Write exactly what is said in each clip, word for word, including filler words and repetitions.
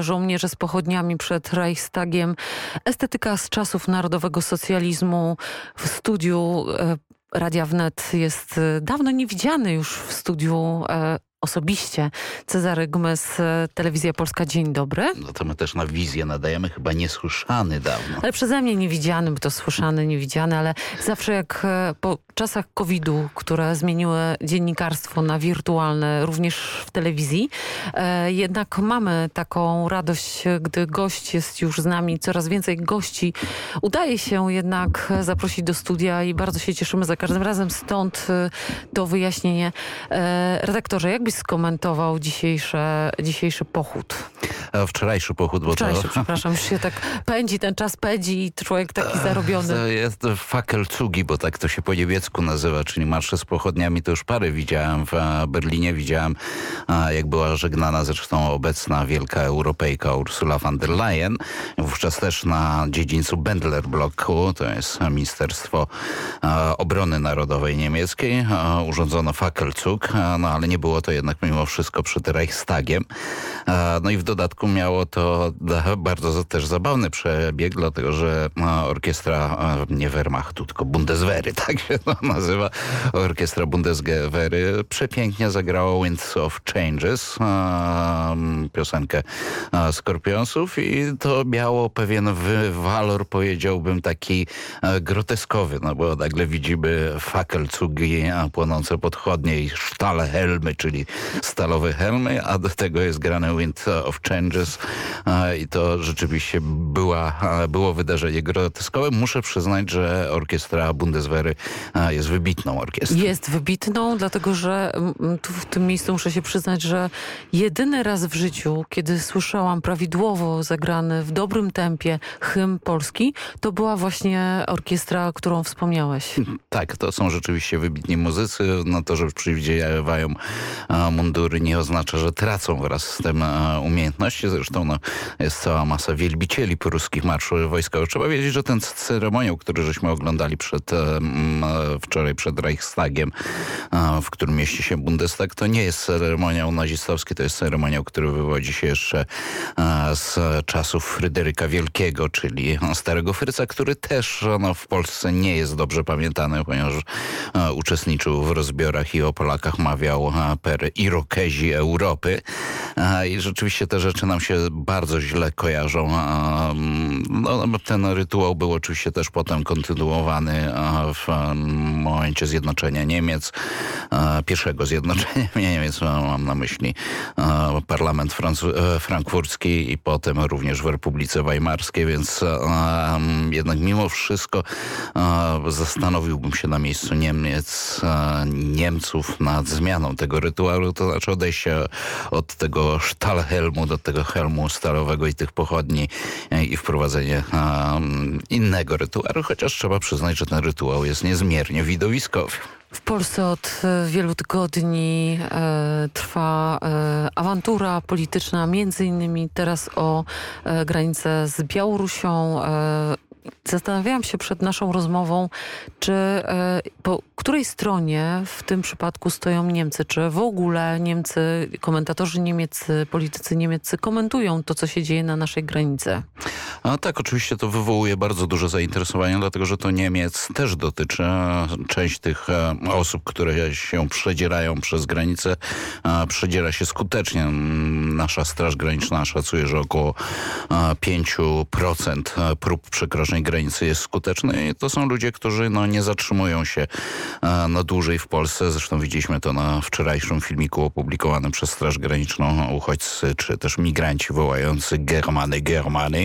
żołnierze z pochodniami przed Reichstagiem. Estetyka z czasów narodowego socjalizmu. W studiu Radia Wnet jest dawno niewidziany już w studiu osobiście Cezary Gmys, Telewizja Polska. Dzień dobry. No to my też na wizję nadajemy, chyba niesłyszany dawno. Ale przeze mnie niewidziany, bo to słyszany, niewidziany, ale zawsze jak po czasach kowidu, które zmieniły dziennikarstwo na wirtualne, również w telewizji, e, jednak mamy taką radość, gdy gość jest już z nami, coraz więcej gości udaje się jednak zaprosić do studia i bardzo się cieszymy za każdym razem, stąd to wyjaśnienie. E, redaktorze, jak byś skomentował dzisiejsze, dzisiejszy pochód? A wczorajszy pochód, bo Wczorajszy, to... przepraszam, już się tak pędzi, ten czas pędzi i człowiek taki zarobiony. To jest Fackelzugi, bo tak to się po niemiecku nazywa, czyli marsze z pochodniami. To już parę widziałem w Berlinie. Widziałem, jak była żegnana zresztą obecna wielka Europejka Ursula von der Leyen. Wówczas też na dziedzińcu Bendlerblocku, to jest Ministerstwo Obrony Narodowej niemieckiej, urządzono Fackelzug, no ale nie było to jednak mimo wszystko przed Reichstagiem. No i w dodatku miało to bardzo też zabawny przebieg, dlatego że orkiestra, nie Wehrmachtu, tylko Bundeswehry, tak się to nazywa, orkiestra Bundeswehry przepięknie zagrała Winds of Changes, piosenkę Skorpionsów, i to miało pewien walor, powiedziałbym, taki groteskowy, no bo nagle widzimy Fackelzugi, płonące podchodnie i Stahlhelmy, czyli stalowe helmy, a do tego jest grane Wind of Changes i to rzeczywiście była, było wydarzenie groteskowe. Muszę przyznać, że orkiestra Bundeswehry jest wybitną orkiestrą. Jest wybitną, dlatego że tu w tym miejscu muszę się przyznać, że jedyny raz w życiu, kiedy słyszałam prawidłowo zagrany w dobrym tempie hymn polski, to była właśnie orkiestra, którą wspomniałeś. Tak, to są rzeczywiście wybitni muzycy. No to, że przywdziewają mundury, nie oznacza, że tracą wraz z tym umiejętności. Zresztą no, jest cała masa wielbicieli pruskich marszów wojskowych. Trzeba wiedzieć, że ten ceremoniał, który żeśmy oglądali przed, wczoraj przed Reichstagiem, w którym mieści się Bundestag, to nie jest ceremoniał nazistowski, to jest ceremoniał, który wywodzi się jeszcze z czasów Fryderyka Wielkiego, czyli starego Fryca, który też no, w Polsce nie jest dobrze pamiętany, ponieważ uczestniczył w rozbiorach i o Polakach mawiał per Irokezi Europy. I rzeczywiście te rzeczy nam się bardzo źle kojarzą. No, ten rytuał był oczywiście też potem kontynuowany w momencie zjednoczenia Niemiec, pierwszego zjednoczenia Niemiec, mam na myśli parlament frankfurcki i potem również w Republice Weimarskiej, więc jednak mimo wszystko zastanowiłbym się na miejscu Niemiec, Niemców nad zmianą tego rytuału, to znaczy odejście od tego Stahlhelmu do tego helmu stalowego i tych pochodni i wprowadzenie um, innego rytuału, chociaż trzeba przyznać, że ten rytuał jest niezmiernie widowiskowy. W Polsce od wielu tygodni e, trwa e, awantura polityczna, między innymi teraz o e, granicę z Białorusią. E, Zastanawiałam się przed naszą rozmową, czy e, po której stronie w tym przypadku stoją Niemcy, czy w ogóle Niemcy, komentatorzy niemieccy, politycy niemieccy komentują to, co się dzieje na naszej granicy. A tak, oczywiście to wywołuje bardzo duże zainteresowanie, dlatego że to Niemiec też dotyczy. Część tych osób, które się przedzierają przez granicę, przedziera się skutecznie. Nasza Straż Graniczna szacuje, że około pięć procent prób przekroczeń granicy jest skuteczny i to są ludzie, którzy no, nie zatrzymują się na dłużej w Polsce. Zresztą widzieliśmy to na wczorajszym filmiku opublikowanym przez Straż Graniczną. Uchodźcy czy też migranci wołający Germany, Germany.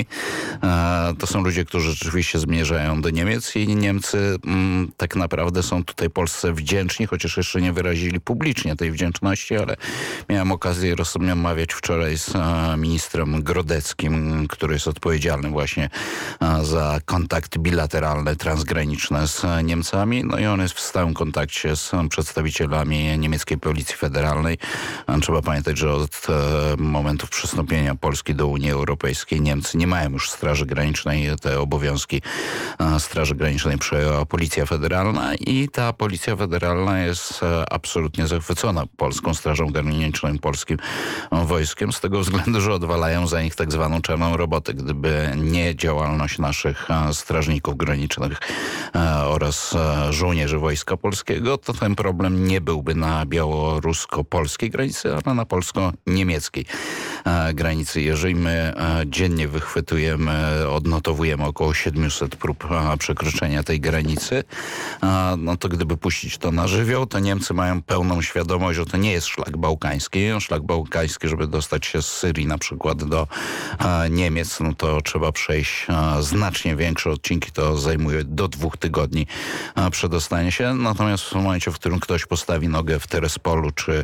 To są ludzie, którzy rzeczywiście zmierzają do Niemiec i Niemcy m, tak naprawdę są tutaj Polsce wdzięczni, chociaż jeszcze nie wyrazili publicznie tej wdzięczności, ale miałem okazję rozmawiać wczoraj z ministrem Grodeckim, który jest odpowiedzialny właśnie za kontakt bilateralny, transgraniczny z Niemcami. No i on jest w stałym kontakcie z przedstawicielami niemieckiej Policji Federalnej. Trzeba pamiętać, że od momentów przystąpienia Polski do Unii Europejskiej Niemcy nie mają już Straży Granicznej. Te obowiązki Straży Granicznej przejęła Policja Federalna i ta Policja Federalna jest absolutnie zachwycona Polską Strażą Graniczną, polskim wojskiem, z tego względu, że odwalają za nich tak zwaną czarną robotę. Gdyby nie działalność naszych strażników granicznych oraz żołnierzy Wojska Polskiego, to ten problem nie byłby na białorusko-polskiej granicy, ale na polsko-niemieckiej granicy. Jeżeli my dziennie wychwytujemy, odnotowujemy około siedemset prób przekroczenia tej granicy, no to gdyby puścić to na żywioł, to Niemcy mają pełną świadomość, że to nie jest szlak bałkański. Szlak bałkański, żeby dostać się z Syrii na przykład do Niemiec, no to trzeba przejść znacznie większe odcinki. To zajmuje do dwóch tygodni przedostanie się. Natomiast w momencie, w którym ktoś postawi nogę w Terespolu czy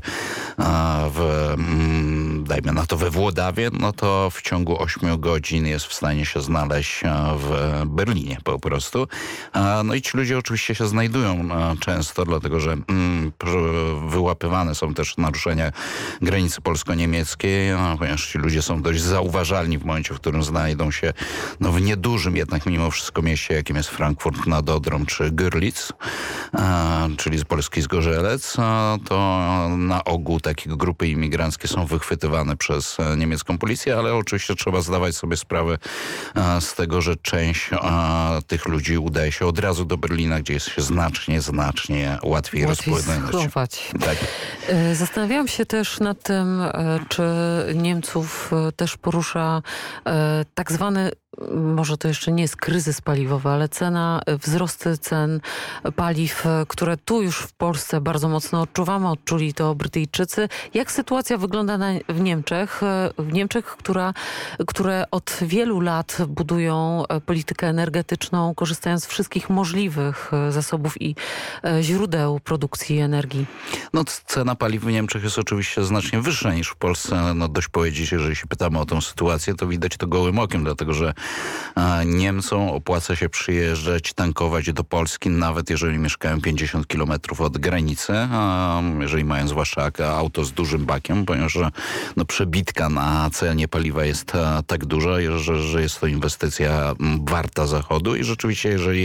w, dajmy na to, we Włodawie, no to w ciągu ośmiu godzin jest w stanie się znaleźć w Berlinie po prostu. No i ci ludzie oczywiście się znajdują często, dlatego że wyłapywane są też naruszenia granicy polsko-niemieckiej, ponieważ ci ludzie są dość zauważalni w momencie, w którym znajdą się no, w niedużym jednak mimo wszystko mieście, jakim jest Frankfurt nad Odrą czy Görlitz, czyli polski Zgorzelec, to na ogół takie grupy imigranckie są wychwytywane przez niemiecką policję, ale oczywiście trzeba zdawać sobie sprawę z tego, że część tych ludzi udaje się od razu do Berlina, gdzie jest się znacznie, znacznie łatwiej, łatwiej rozpłynąć. Tak. Zastanawiałam się też nad tym, czy Niemców też porusza tak zwany, może to jeszcze nie jest kryzys paliwowy, ale cena, wzrosty cen paliw, które tu już w Polsce bardzo mocno odczuwamy, odczuli to Brytyjczycy. Jak sytuacja wygląda na, w Niemczech? W Niemczech, która, które od wielu lat budują politykę energetyczną, korzystając z wszystkich możliwych zasobów i źródeł produkcji energii. No, cena paliw w Niemczech jest oczywiście znacznie wyższa niż w Polsce. No, dość powiedzieć, że jeżeli się pytamy o tę sytuację, to widać to gołym okiem, dlatego że Niemcom opłaca się przyjeżdżać, tankować do Polski, nawet jeżeli mieszkają pięćdziesiąt kilometrów od granicy, jeżeli mają zwłaszcza auto z dużym bakiem, ponieważ no, przebitka na cenie paliwa jest tak duża, że, że jest to inwestycja warta zachodu i rzeczywiście, jeżeli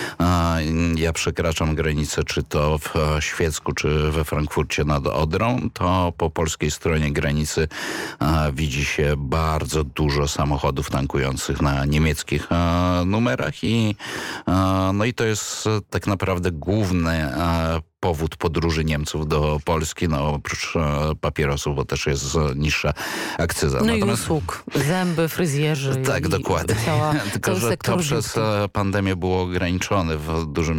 ja przekraczam granicę, czy to w Świecku, czy we Frankfurcie nad Odrą, to po polskiej stronie granicy widzi się bardzo dużo samochodów tankujących na niemieckich numerach i, no i to jest tak naprawdę główny powód podróży Niemców do Polski, no oprócz papierosów, bo też jest niższa akcyza. No Natomiast, i usług, zęby, fryzjerzy. Tak, dokładnie. Cała, Tylko, że to przez pandemię było ograniczone w dużym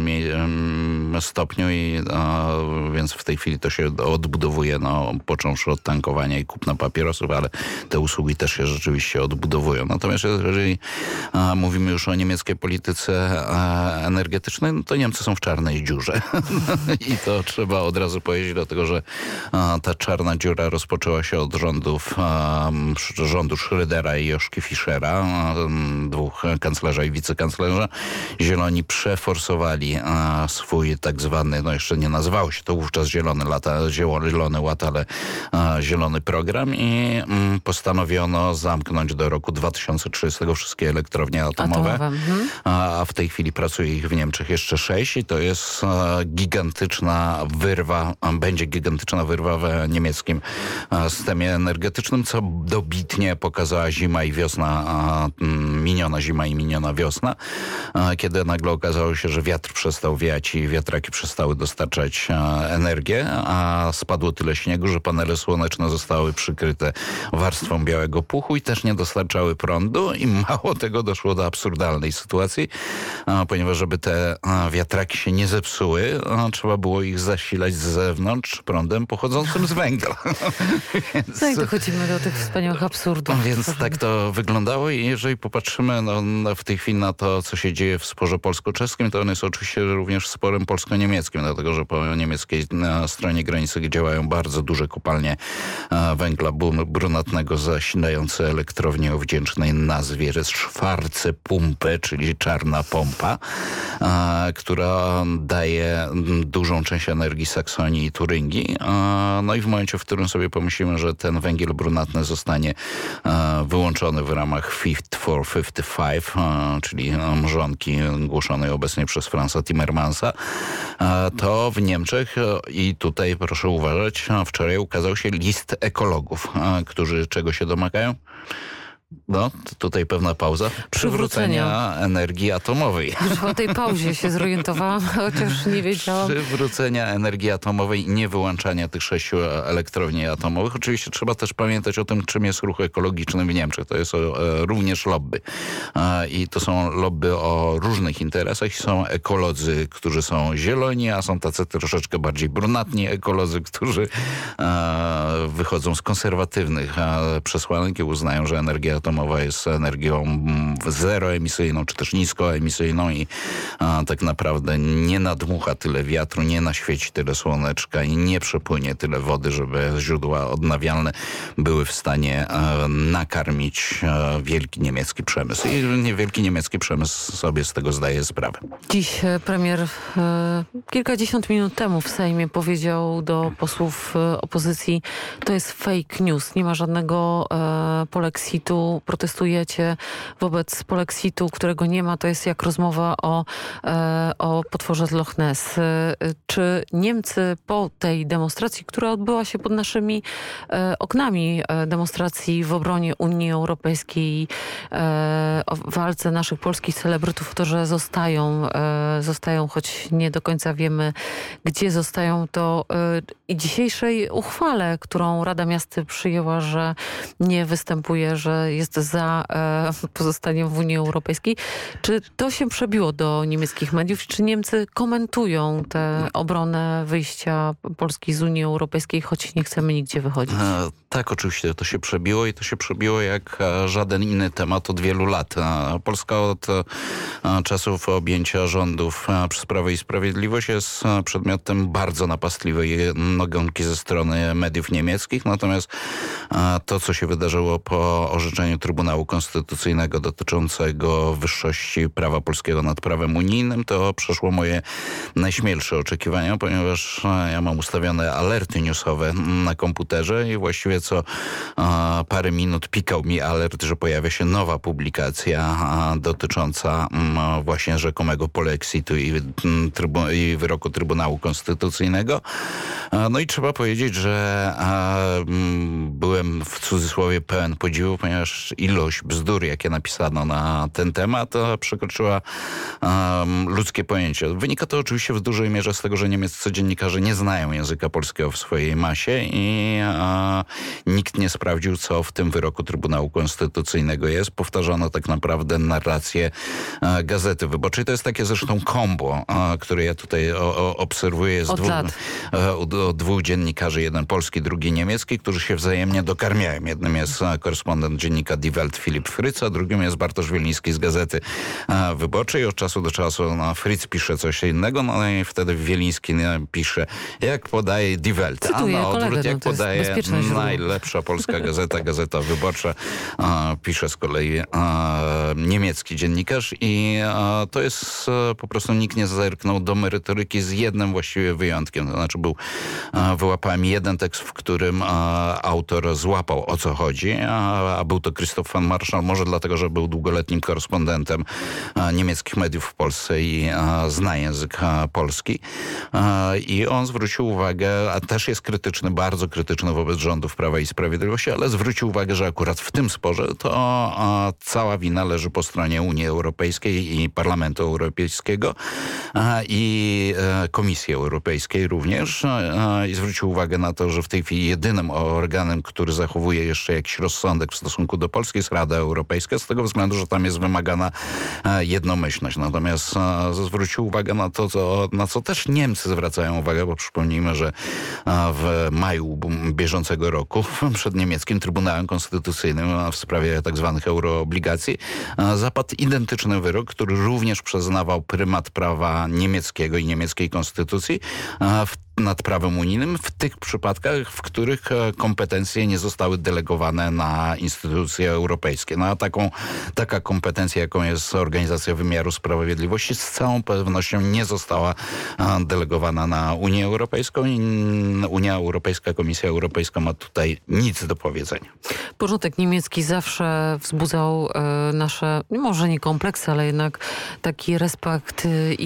stopniu i no, więc w tej chwili to się odbudowuje, no, począwszy od tankowania i kupna papierosów, ale te usługi też się rzeczywiście odbudowują. Natomiast jeżeli a, mówimy już o niemieckiej polityce a, energetycznej, no to Niemcy są w czarnej dziurze. I to trzeba od razu powiedzieć, dlatego że a, ta czarna dziura rozpoczęła się od rządów a, rządu Schrödera i Joschki Fischera, a, dwóch kanclerza i wicekanclerza. Zieloni przeforsowali a, swój tak zwany, no jeszcze nie nazywało się to wówczas Zielony Lata, Zielony Ład, ale a, Zielony Program i m, postanowiono zamknąć do roku dwa tysiące trzydziestego wszystkie elektrownie atomowe, atomowe. Mhm. A, a w tej chwili pracuje ich w Niemczech jeszcze sześć i to jest a, gigantyczna wyrwa, a, będzie gigantyczna wyrwa w niemieckim a, systemie energetycznym, co dobitnie pokazała zima i wiosna, a, m, miniona zima i miniona wiosna, a, kiedy nagle okazało się, że wiatr przestał wiać i wiatraki przestały dostarczać a, energię, a spadło tyle śniegu, że panele słoneczne zostały przykryte warstwą białego puchu i też nie dostarczały prądu i mało tego doszło do absurdalnej sytuacji, a, ponieważ żeby te a, wiatraki się nie zepsuły, a, trzeba było ich zasilać z zewnątrz prądem pochodzącym z węgla. Więc, no i dochodzimy do tych wspaniałych absurdów. Więc tak to wyglądało i jeżeli popatrzymy no, w tej chwili na to, co się dzieje w sporze polsko-czeskim, to on jest oczywiście również sporem polsko-niemieckim, dlatego że po niemieckiej stronie granicy działają bardzo duże kopalnie węgla brunatnego zasilające elektrownię o wdzięcznej nazwie Schwarze Pumpe, czyli czarna pompa, która daje dużą sporą część energii Saksonii i Turyngii. No i w momencie, w którym sobie pomyślimy, że ten węgiel brunatny zostanie wyłączony w ramach Fit for pięćdziesiąt pięć, czyli mrzonki głoszonej obecnie przez Franza Timmermansa, to w Niemczech, i tutaj proszę uważać, wczoraj ukazał się list ekologów, którzy czego się domagają? No, tutaj pewna pauza. Przywrócenia energii atomowej. Już o tej pauzie się zorientowałam, chociaż nie wiedziałam. Przywrócenia energii atomowej i nie wyłączania tych sześciu elektrowni atomowych. Oczywiście trzeba też pamiętać o tym, czym jest ruch ekologiczny w Niemczech. To jest również lobby. I to są lobby o różnych interesach. Są ekolodzy, którzy są zieloni, a są tacy troszeczkę bardziej brunatni ekolodzy, którzy wychodzą z konserwatywnych przesłanek i uznają, że energia atomowa jest energią zeroemisyjną, czy też niskoemisyjną i a, tak naprawdę nie nadmucha tyle wiatru, nie naświeci tyle słoneczka i nie przepłynie tyle wody, żeby źródła odnawialne były w stanie a, nakarmić a, wielki niemiecki przemysł. I wielki niemiecki przemysł sobie z tego zdaje sprawę. Dziś premier e, kilkadziesiąt minut temu w Sejmie powiedział do posłów e, opozycji, to jest fake news, nie ma żadnego e, polexitu, protestujecie wobec polexitu, którego nie ma, to jest jak rozmowa o, e, o potworze z Loch Ness. E, czy Niemcy po tej demonstracji, która odbyła się pod naszymi e, oknami, e, demonstracji w obronie Unii Europejskiej, e, o walce naszych polskich celebrytów, to, że zostają, e, zostają, choć nie do końca wiemy, gdzie zostają, to e, i dzisiejszej uchwale, którą Rada Miasta przyjęła, że nie występuje, że jest za e, pozostaniem w Unii Europejskiej. Czy to się przebiło do niemieckich mediów? Czy Niemcy komentują tę obronę wyjścia Polski z Unii Europejskiej, choć nie chcemy nigdzie wychodzić? E, tak, oczywiście. To się przebiło i to się przebiło jak żaden inny temat od wielu lat. Polska od e, czasów objęcia rządów e, przez Prawo i Sprawiedliwość jest przedmiotem bardzo napastliwej nagonki ze strony mediów niemieckich. Natomiast e, to, co się wydarzyło po orzeczeniu Trybunału Konstytucyjnego dotyczącego wyższości prawa polskiego nad prawem unijnym, to przeszło moje najśmielsze oczekiwania, ponieważ ja mam ustawione alerty newsowe na komputerze i właściwie co a, parę minut pikał mi alert, że pojawia się nowa publikacja a, dotycząca a, właśnie rzekomego polexitu i, trybu, i wyroku Trybunału Konstytucyjnego. A, no i trzeba powiedzieć, że a, m, byłem w cudzysłowie pełen podziwu, ponieważ ilość bzdur, jakie napisano na ten temat, przekroczyła um, ludzkie pojęcie. Wynika to oczywiście w dużej mierze z tego, że niemieccy dziennikarze nie znają języka polskiego w swojej masie i a, nikt nie sprawdził, co w tym wyroku Trybunału Konstytucyjnego jest. Powtarzano tak naprawdę narrację a, Gazety Wyborczej. To jest takie zresztą kombo, a, które ja tutaj o, o, obserwuję z dwóch, a, od, od dwóch dziennikarzy, jeden polski, drugi niemiecki, którzy się wzajemnie dokarmiają. Jednym jest korespondent dziennika Die Welt Filip Fryc, a drugim jest Bartosz Wieliński z Gazety Wyborczej. Od czasu do czasu no, Fryc pisze coś innego, no i wtedy Wieliński no, pisze, jak podaje Die Welt. Cytuję a na odwrót, kolegę, jak no, podaje najlepsza polska gazeta, Gazeta Wyborcza, a, pisze z kolei a, niemiecki dziennikarz i a, to jest a, po prostu nikt nie zerknął do merytoryki z jednym właściwie wyjątkiem. To znaczy był, a, wyłapałem jeden tekst, w którym a, autor złapał, o co chodzi, a, a był to Christoph von Marschall, może dlatego, że był długoletnim korespondentem a, niemieckich mediów w Polsce i a, zna język a, polski. A, I on zwrócił uwagę, a też jest krytyczny, bardzo krytyczny wobec rządów Prawa i Sprawiedliwości, ale zwrócił uwagę, że akurat w tym sporze to a, cała wina leży po stronie Unii Europejskiej i Parlamentu Europejskiego a, i a, Komisji Europejskiej również. A, I zwrócił uwagę na to, że w tej chwili jedynym organem, który zachowuje jeszcze jakiś rozsądek w stosunku do Polski jest Rada Europejska, z tego względu, że tam jest wymagana jednomyślność. Natomiast zwrócił uwagę na to, co, na co też Niemcy zwracają uwagę, bo przypomnijmy, że w maju bieżącego roku przed niemieckim Trybunałem Konstytucyjnym w sprawie tak zwanych euroobligacji zapadł identyczny wyrok, który również przyznawał prymat prawa niemieckiego i niemieckiej konstytucji w nad prawem unijnym w tych przypadkach, w których kompetencje nie zostały delegowane na instytucje europejskie. No a taką, taka kompetencja, jaką jest Organizacja Wymiaru Sprawiedliwości, z całą pewnością nie została delegowana na Unię Europejską i Unia Europejska, Komisja Europejska ma tutaj nic do powiedzenia. Porządek niemiecki zawsze wzbudzał e, nasze, może nie kompleksy, ale jednak taki respekt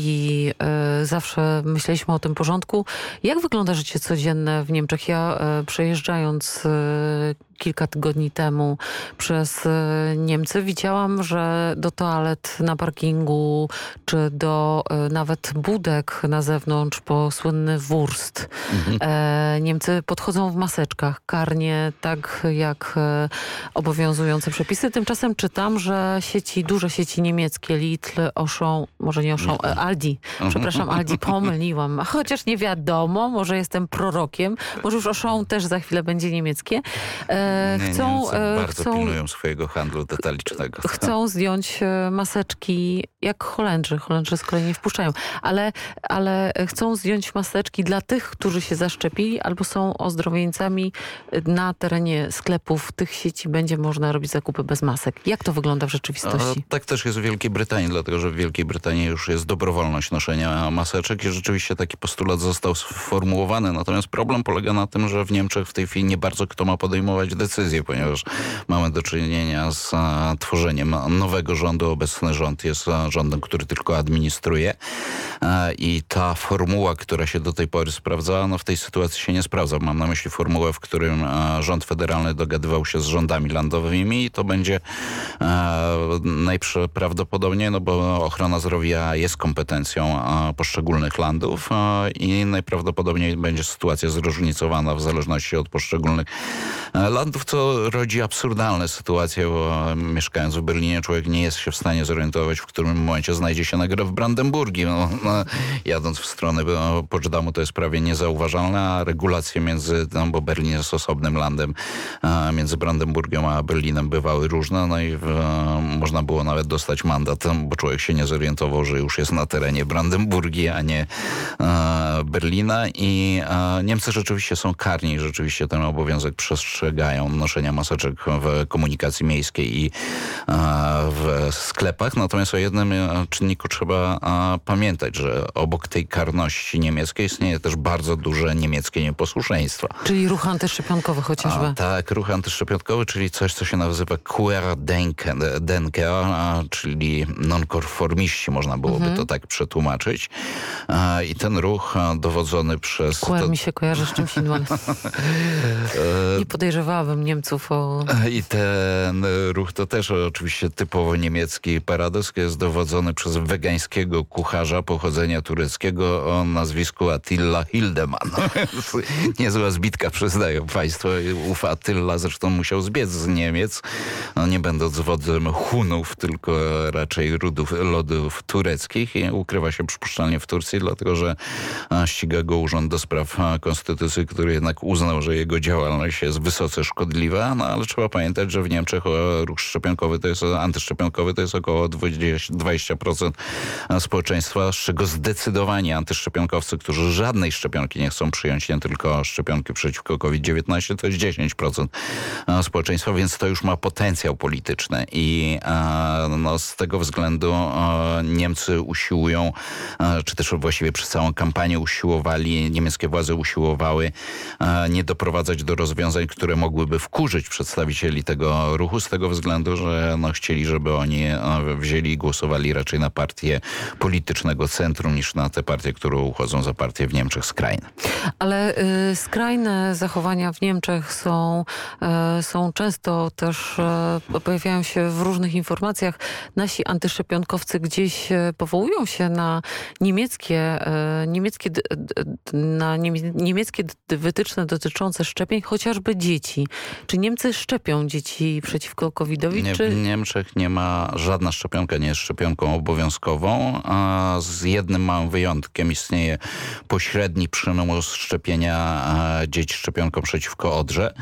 i e, zawsze myśleliśmy o tym porządku. Jak wygląda życie codzienne w Niemczech? Ja e, przejeżdżając e, kilka tygodni temu przez Niemcy widziałam, że do toalet na parkingu czy do e, nawet budek na zewnątrz po słynny Wurst mhm. e, Niemcy podchodzą w maseczkach, karnie, tak jak e, obowiązujące przepisy. Tymczasem czytam, że sieci, duże sieci niemieckie, Lidl, Auchan, może nie Auchan, e, Aldi, przepraszam, Aldi, pomyliłam. Chociaż nie wiadomo, może jestem prorokiem, może już Auchan też za chwilę będzie niemieckie. E, Nie, chcą, nie, bardzo chcą, pilnują swojego handlu detalicznego. Chcą zdjąć maseczki, jak Holendrzy. Holendrzy z kolei nie wpuszczają. Ale, ale chcą zdjąć maseczki dla tych, którzy się zaszczepili albo są ozdrowieńcami. Na terenie sklepów tych sieci będzie można robić zakupy bez masek. Jak to wygląda w rzeczywistości? A, tak też jest w Wielkiej Brytanii, dlatego że w Wielkiej Brytanii już jest dobrowolność noszenia maseczek i rzeczywiście taki postulat został sformułowany. Natomiast problem polega na tym, że w Niemczech w tej chwili nie bardzo kto ma podejmować decyzje, ponieważ mamy do czynienia z a, tworzeniem nowego rządu. Obecny rząd jest a, rządem, który tylko administruje a, i ta formuła, która się do tej pory sprawdzała, no w tej sytuacji się nie sprawdza. Mam na myśli formułę, w którym a, rząd federalny dogadywał się z rządami landowymi i to będzie a, najprawdopodobniej, no bo ochrona zdrowia jest kompetencją a, poszczególnych landów a, i najprawdopodobniej będzie sytuacja zróżnicowana w zależności od poszczególnych landów, co rodzi absurdalne sytuacje, bo mieszkając w Berlinie człowiek nie jest się w stanie zorientować, w którym momencie znajdzie się nagle w Brandenburgii. No, no, jadąc w stronę Poczdamу to jest prawie niezauważalne, a regulacje między, no, bo Berlin jest osobnym landem, a między Brandenburgią a Berlinem bywały różne, no i w, można było nawet dostać mandat, bo człowiek się nie zorientował, że już jest na terenie Brandenburgii, a nie a, Berlina i a, Niemcy rzeczywiście są karni, rzeczywiście ten obowiązek przestrzegają noszenia maseczek w komunikacji miejskiej i w sklepach. Natomiast o jednym czynniku trzeba pamiętać, że obok tej karności niemieckiej istnieje też bardzo duże niemieckie nieposłuszeństwo. Czyli ruch antyszczepionkowy chociażby. A, tak, ruch antyszczepionkowy, czyli coś, co się nazywa Querdenker, czyli nonkonformiści, można byłoby mhm. to tak przetłumaczyć. I ten ruch dowodzony przez... Queer to... mi się kojarzy z czymś innym. Nie podejrzewałabym Niemców o... I ten ruch to też oczywiście typowo niemiecki paradoks, jest dowodzony przez wegańskiego kucharza pochodzenia tureckiego o nazwisku Attila Hildeman. Niezła zbitka, przyznają państwo. Ów Attila zresztą musiał zbiec z Niemiec, no nie będąc wodzem Hunów, tylko raczej rodów, lodów tureckich i ukrywa się przypuszczalnie w Turcji, dlatego że ściga go Urząd do Spraw Konstytucji, który jednak uznał, że jego działalność jest wysoce szkodliwa, no ale trzeba pamiętać, że w Niemczech ruch szczepionkowy to jest, antyszczepionkowy to jest około dwadzieścia procent społeczeństwa, z czego zdecydowani antyszczepionkowcy, którzy żadnej szczepionki nie chcą przyjąć, nie tylko szczepionki przeciwko kowid dziewiętnaście, to jest dziesięć procent społeczeństwa, więc to już ma potencjał polityczny i no, z tego względu Niemcy usiłują, czy też właściwie przez całą kampanię usiłowali, niemieckie władze usiłowały nie doprowadzać do rozwiązań, które mogłyby wkurzyć przedstawicieli tego ruchu, z tego względu, że no, chcieli, żeby oni wzięli i głosowali raczej na partię politycznego centrum, niż na te partie, które uchodzą za partie w Niemczech skrajne. Ale y, skrajne zachowania w Niemczech są, y, są często też, y, pojawiają się w różnych informacjach. Nasi antyszczepionkowcy gdzieś y, powołują się na niemieckie, y, niemieckie, d, d, na niemie, niemieckie wytyczne dotyczące szczepień, chociażby dzieci. Czy Niemcy szczepią dzieci przeciwko covidowi? Nie, czy... W Niemczech nie ma, żadna szczepionka nie jest szczepionką obowiązkową, a z jednym małym wyjątkiem istnieje pośredni przymus szczepienia dzieci szczepionką przeciwko odrze.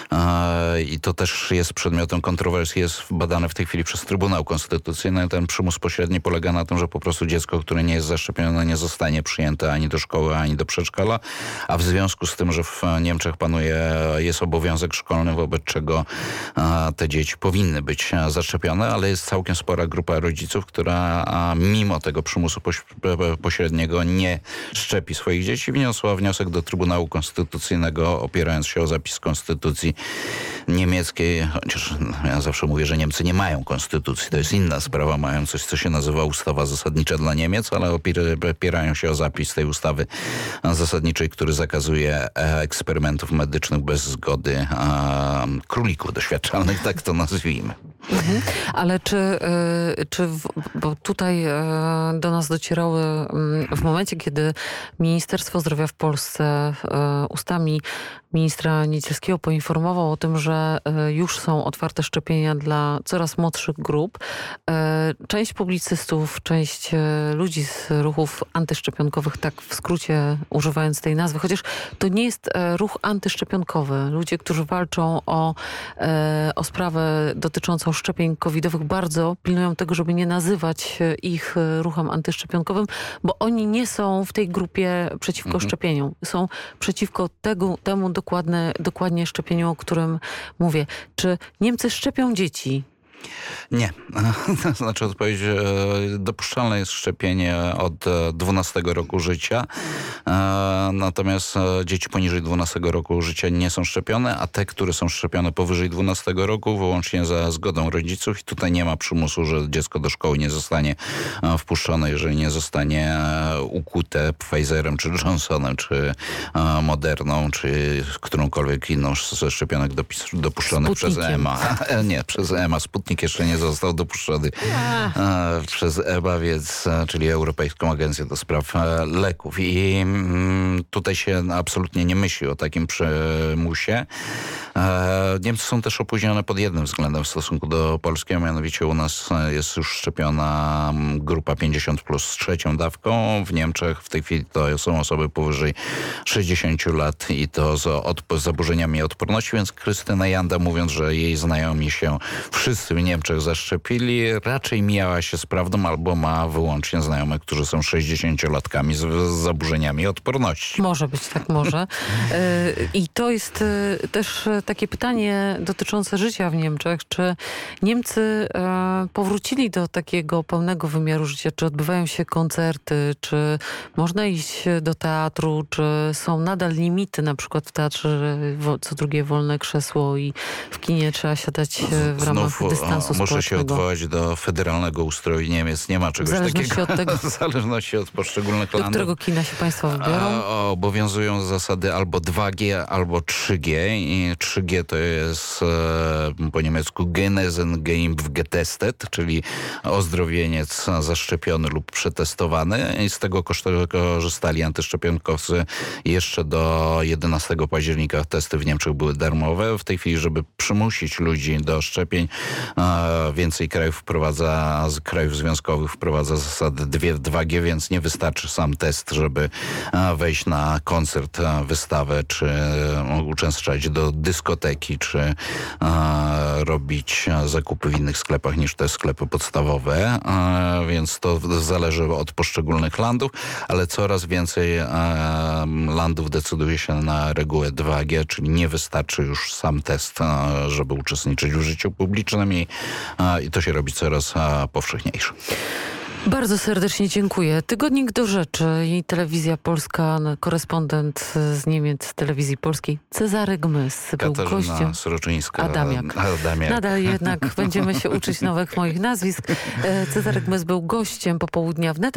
I to też jest przedmiotem kontrowersji, jest badane w tej chwili przez Trybunał Konstytucyjny. Ten przymus pośredni polega na tym, że po prostu dziecko, które nie jest zaszczepione, nie zostanie przyjęte ani do szkoły, ani do przedszkola, a w związku z tym, że w Niemczech panuje, jest obowiązek szkolny, wobec czego te dzieci powinny być zaszczepione, ale jest całkiem spora grupa rodziców, która mimo tego przymusu pośredniego nie szczepi swoich dzieci. Wniosła wniosek do Trybunału Konstytucyjnego, opierając się o zapis konstytucji niemieckiej, chociaż ja zawsze mówię, że Niemcy nie mają konstytucji, to jest inna sprawa, mają coś, co się nazywa ustawa zasadnicza dla Niemiec, ale opierają się o zapis tej ustawy zasadniczej, który zakazuje eksperymentów medycznych bez zgody królików doświadczalnych, tak to nazwijmy. Mhm. Ale czy, czy w, bo tutaj do nas docierały w momencie, kiedy Ministerstwo Zdrowia w Polsce ustami ministra Niedzielskiego poinformował o tym, że już są otwarte szczepienia dla coraz młodszych grup. Część publicystów, część ludzi z ruchów antyszczepionkowych, tak w skrócie używając tej nazwy, chociaż to nie jest ruch antyszczepionkowy. Ludzie, którzy walczą o, o sprawę dotyczącą szczepień covidowych, bardzo pilnują tego, żeby nie nazywać ich ruchem antyszczepionkowym, bo oni nie są w tej grupie przeciwko mhm. szczepieniom. Są przeciwko tego, temu dokładne, dokładnie szczepieniu, o którym mówię. Czy Niemcy szczepią dzieci? Nie. To znaczy odpowiedź, dopuszczalne jest szczepienie od dwunastego roku życia, natomiast dzieci poniżej dwunastego roku życia nie są szczepione, a te, które są szczepione powyżej dwunastego roku, wyłącznie za zgodą rodziców i tutaj nie ma przymusu, że dziecko do szkoły nie zostanie wpuszczone, jeżeli nie zostanie ukute Pfizerem, czy Johnsonem, czy Moderną, czy którąkolwiek inną ze szczepionek dopuszczonych przez E M A. Nie, przez E M A. Sputnik jeszcze nie został dopuszczony a, przez E M A, więc, czyli Europejską Agencję do Spraw Leków. I mm, tutaj się absolutnie nie myśli o takim przymusie. E, Niemcy są też opóźnione pod jednym względem w stosunku do Polski, a mianowicie u nas jest już szczepiona grupa pięćdziesiąt plus z trzecią dawką. W Niemczech w tej chwili to są osoby powyżej sześćdziesięciu lat i to z, od, z zaburzeniami odporności, więc Krystyna Janda, mówiąc, że jej znajomi się wszyscy w Niemczech zaszczepili, raczej mijała się z prawdą albo ma wyłącznie znajomych, którzy są sześćdziesięciolatkami z, z zaburzeniami odporności. Może być, tak może. I to jest też takie pytanie dotyczące życia w Niemczech. Czy Niemcy powrócili do takiego pełnego wymiaru życia? Czy odbywają się koncerty? Czy można iść do teatru? Czy są nadal limity? Na przykład w teatrze co drugie wolne krzesło i w kinie trzeba siadać w ramach Znów, dystansu muszę społecznego. się odwołać do federalnego ustroju Niemiec. Nie ma czegoś w zależności takiego. Od tego, w zależności od poszczególnych do landów. którego kina się państwo wybiorą? A, obowiązują zasady albo dwa G, albo trzy G. I trzy G to jest e, po niemiecku Genesen geimpft getestet, czyli ozdrowieniec zaszczepiony lub przetestowany. I z tego korzystali antyszczepionkowcy jeszcze do jedenastego października. Testy w Niemczech były darmowe. W tej chwili, żeby przymusić ludzi do szczepień, e, więcej krajów wprowadza, z krajów związkowych wprowadza zasadę dwa G, więc nie wystarczy sam test, żeby e, wejść na koncert, wystawę, czy uczęszczać do dyskoteki, czy e, robić zakupy w innych sklepach niż te sklepy podstawowe, e, więc to zależy od poszczególnych landów, ale coraz więcej e, landów decyduje się na regułę dwa G, czyli nie wystarczy już sam test, e, żeby uczestniczyć w życiu publicznym i, e, i to się robi coraz e, powszechniejsze. Bardzo serdecznie dziękuję. Tygodnik do rzeczy i Telewizja Polska, korespondent z Niemiec Telewizji Polskiej Cezary Gmys był gościem. Sroczyńska. Adamiak. Adamiak. Nadal jednak będziemy się uczyć nowych moich nazwisk. Cezary Gmys był gościem popołudnia w Net.